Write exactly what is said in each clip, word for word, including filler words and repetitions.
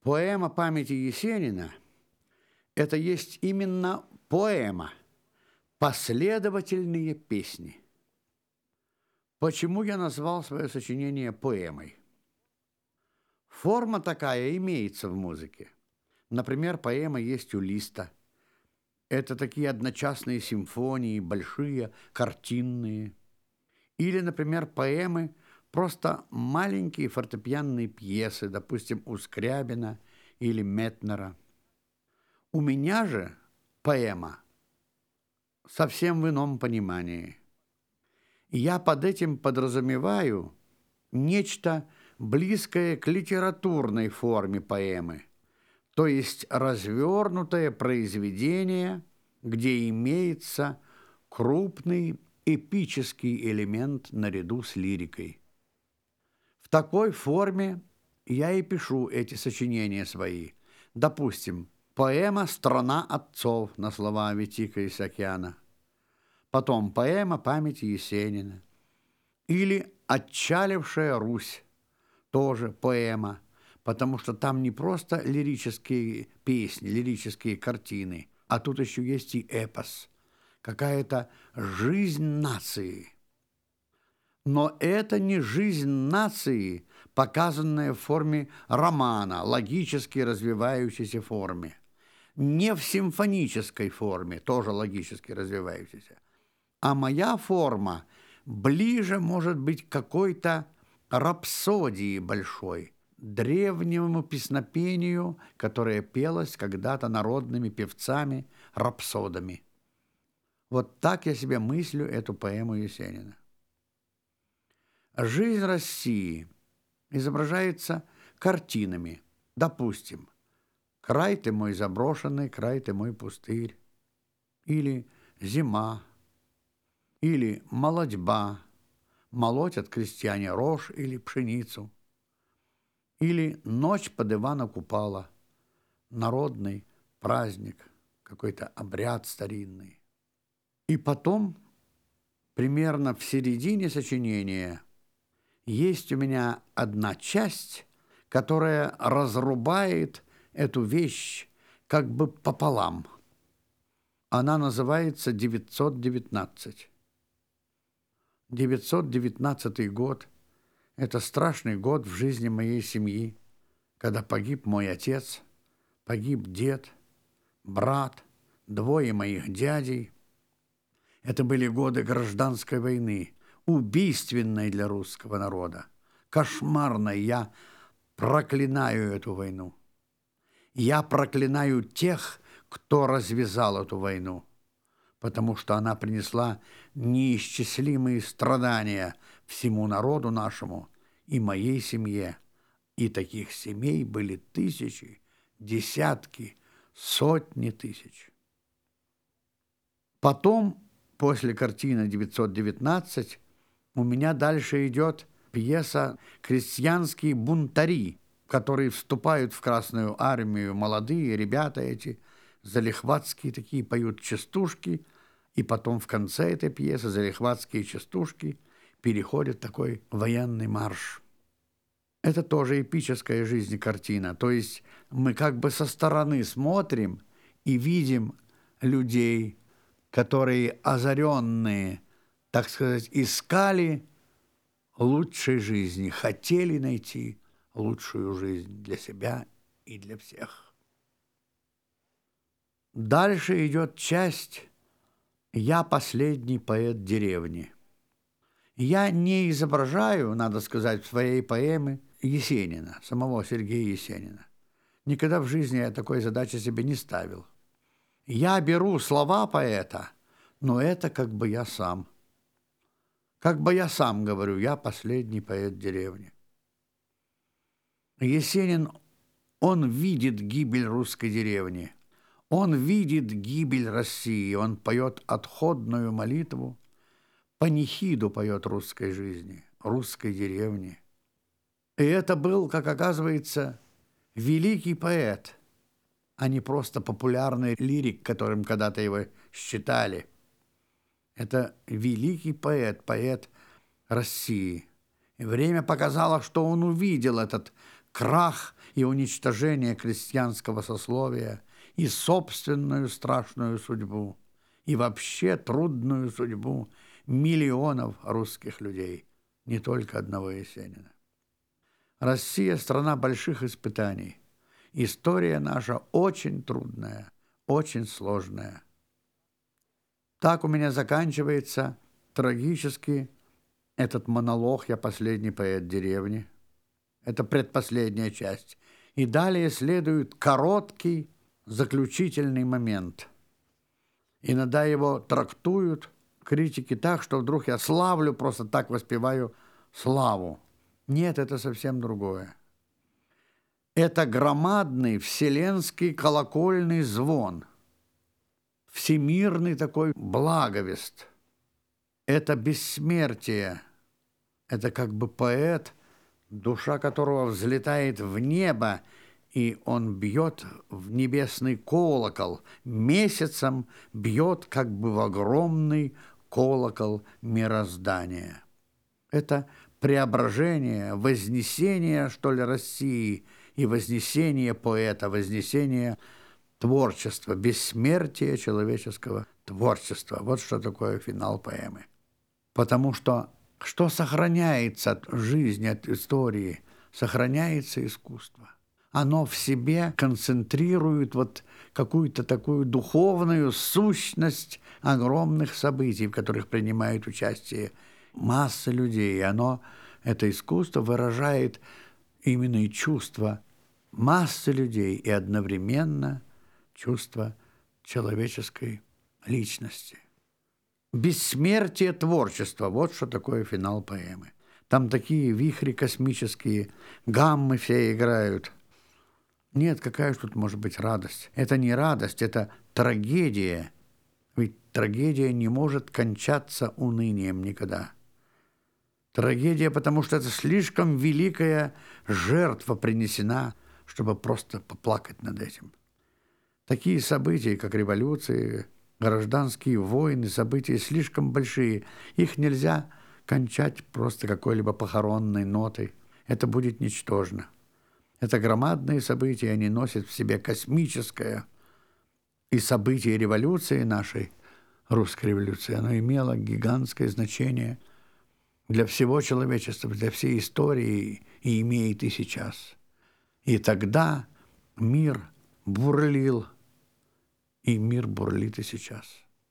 Поэма памяти Есенина – это есть именно поэма, последовательные песни. Почему я назвал свое сочинение поэмой? Форма такая имеется в музыке. Например, поэма есть у Листа. Это такие одночасные симфонии, большие, картинные. Или, например, поэмы – просто маленькие фортепианные пьесы, допустим, у Скрябина или Метнера. У меня же поэма совсем в ином понимании. Я под этим подразумеваю нечто близкое к литературной форме поэмы, то есть развернутое произведение, где имеется крупный эпический элемент наряду с лирикой. В такой форме я и пишу эти сочинения свои. Допустим, поэма «Страна отцов» на слова Аветика Исакяна. Потом поэма памяти Есенина. Или «Отчалившая Русь», тоже поэма, потому что там не просто лирические песни, лирические картины, а тут еще есть и эпос, какая-то жизнь нации. Но это не жизнь нации, показанная в форме романа, логически развивающейся форме. Не в симфонической форме, тоже логически развивающейся. А моя форма ближе, может быть, к какой-то рапсодии большой, древнему песнопению, которое пелось когда-то народными певцами-рапсодами. Вот так я себе мыслю эту поэму Есенина. Жизнь России изображается картинами. Допустим, «Край ты мой заброшенный, край ты мой пустырь», или «Зима», или «Молодьба», молотят крестьяне рожь или пшеницу, или «Ночь под Ивана Купала», народный праздник, какой-то обряд старинный. И потом, примерно в середине сочинения, есть у меня одна часть, которая разрубает эту вещь как бы пополам. Она называется девятьсот девятнадцать. девятьсот девятнадцатый год – это страшный год в жизни моей семьи, когда погиб мой отец, погиб дед, брат, двое моих дядей. Это были годы гражданской войны, убийственной для русского народа, кошмарной. Я проклинаю эту войну. Я проклинаю тех, кто развязал эту войну, потому что она принесла неисчислимые страдания всему народу нашему и моей семье. И таких семей были тысячи, десятки, сотни тысяч. Потом, после картины девятьсот девятнадцать, у меня дальше идет пьеса «Крестьянские бунтари», которые вступают в Красную армию, молодые ребята эти, залихватские такие, поют частушки, и потом в конце этой пьесы залихватские частушки переходят в такой военный марш. Это тоже эпическая жизнь картина, то есть мы как бы со стороны смотрим и видим людей, которые озаренные, так сказать, искали лучшей жизни, хотели найти лучшую жизнь для себя и для всех. Дальше идет часть «Я последний поэт деревни». Я не изображаю, надо сказать, в своей поэме Есенина, самого Сергея Есенина. Никогда в жизни я такой задачи себе не ставил. Я беру слова поэта, но это как бы я сам. Как бы я сам говорю, я последний поэт деревни. Есенин, он видит гибель русской деревни, он видит гибель России, он поет отходную молитву, панихиду поет русской жизни, русской деревни. И это был, как оказывается, великий поэт, а не просто популярный лирик, которым когда-то его считали. Это великий поэт, поэт России. И время показало, что он увидел этот крах и уничтожение крестьянского сословия и собственную страшную судьбу, и вообще трудную судьбу миллионов русских людей, не только одного Есенина. Россия – страна больших испытаний. История наша очень трудная, очень сложная. Так у меня заканчивается трагически этот монолог «Я последний поэт деревни». Это предпоследняя часть. И далее следует короткий заключительный момент. Иногда его трактуют критики так, что вдруг я славлю, просто так воспеваю славу. Нет, это совсем другое. Это громадный вселенский колокольный звон, всемирный такой благовест. Это бессмертие. Это как бы поэт, душа которого взлетает в небо, и он бьет в небесный колокол, месяцем бьет как бы в огромный колокол мироздания. Это преображение, вознесение, что ли, России, и вознесение поэта, вознесение творчества, бессмертие человеческого творчества. Вот что такое финал поэмы. Потому что что сохраняется от жизни, от истории? Сохраняется искусство. Оно в себе концентрирует вот какую-то такую духовную сущность огромных событий, в которых принимают участие масса людей. И оно, это искусство, выражает именно и чувство массы людей и одновременно чувство человеческой личности. Бессмертие творчества – вот что такое финал поэмы. Там такие вихри космические, гаммы все играют. Нет, какая же тут может быть радость? Это не радость, это трагедия. Ведь трагедия не может кончаться унынием никогда. Трагедия, потому что это слишком великая жертва принесена, чтобы просто поплакать над этим. Такие события, как революции, гражданские войны, события слишком большие. Их нельзя кончать просто какой-либо похоронной нотой. Это будет ничтожно. Это громадные события, они носят в себе космическое. И события революции нашей, русской революции, оно имело гигантское значение для всего человечества, для всей истории и имеет и сейчас. И тогда мир бурлил, и мир бурлит и сейчас.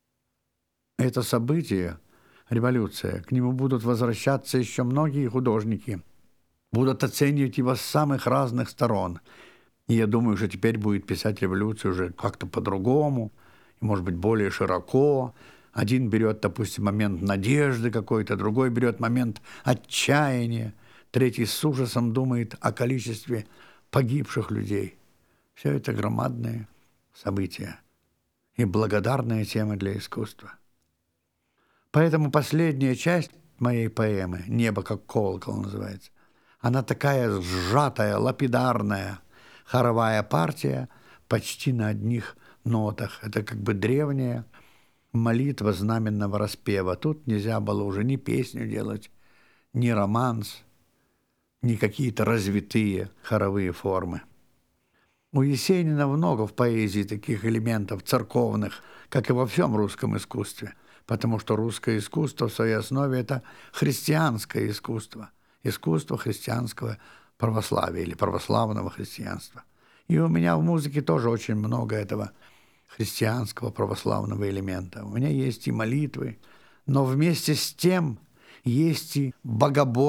Это событие, революция, к нему будут возвращаться еще многие художники, будут оценивать его с самых разных сторон. И я думаю, что теперь будет писать революцию уже как-то по-другому, и, может быть, более широко. Один берет, допустим, момент надежды какой-то, другой берет момент отчаяния, третий с ужасом думает о количестве погибших людей. Все это громадные события и благодарная тема для искусства. Поэтому последняя часть моей поэмы «Небо как колокол» называется. Она такая сжатая, лапидарная, хоровая партия почти на одних нотах. Это как бы древняя молитва знаменного распева. Тут нельзя было уже ни песню делать, ни романс, ни какие-то развитые хоровые формы. У Есенина много в поэзии таких элементов церковных, как и во всем русском искусстве, потому что русское искусство в своей основе – это христианское искусство, искусство христианского православия или православного христианства. И у меня в музыке тоже очень много этого христианского православного элемента. У меня есть и молитвы, но вместе с тем есть и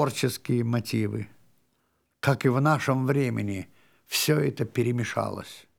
богоборческие мотивы. Как и в нашем времени, все это перемешалось.